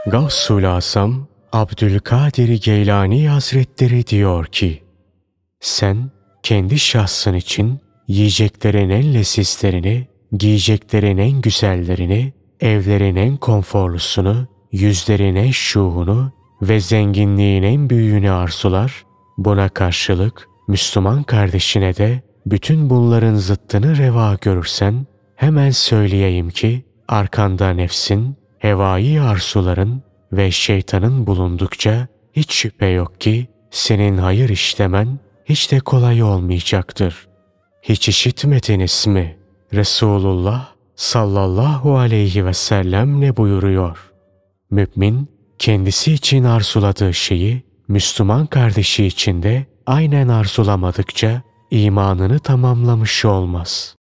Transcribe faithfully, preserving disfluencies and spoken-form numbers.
Gavsul Asam Abdülkadir Geylani Hazretleri diyor ki, sen kendi şahsın için yiyeceklerin en lezizlerini, giyeceklerin en güzellerini, evlerin en konforlusunu, yüzlerin en şuhunu ve zenginliğin en büyüğünü arzular, buna karşılık Müslüman kardeşine de bütün bunların zıttını reva görürsen, hemen söyleyeyim ki arkanda nefsin, hevai arzuların ve şeytanın bulundukça hiç şüphe yok ki senin hayır işlemen hiç de kolay olmayacaktır. Hiç işitmediniz mi? Resulullah sallallahu aleyhi ve sellem ne buyuruyor? Mümin kendisi için arzuladığı şeyi Müslüman kardeşi için de aynen arzulamadıkça imanını tamamlamış olmaz.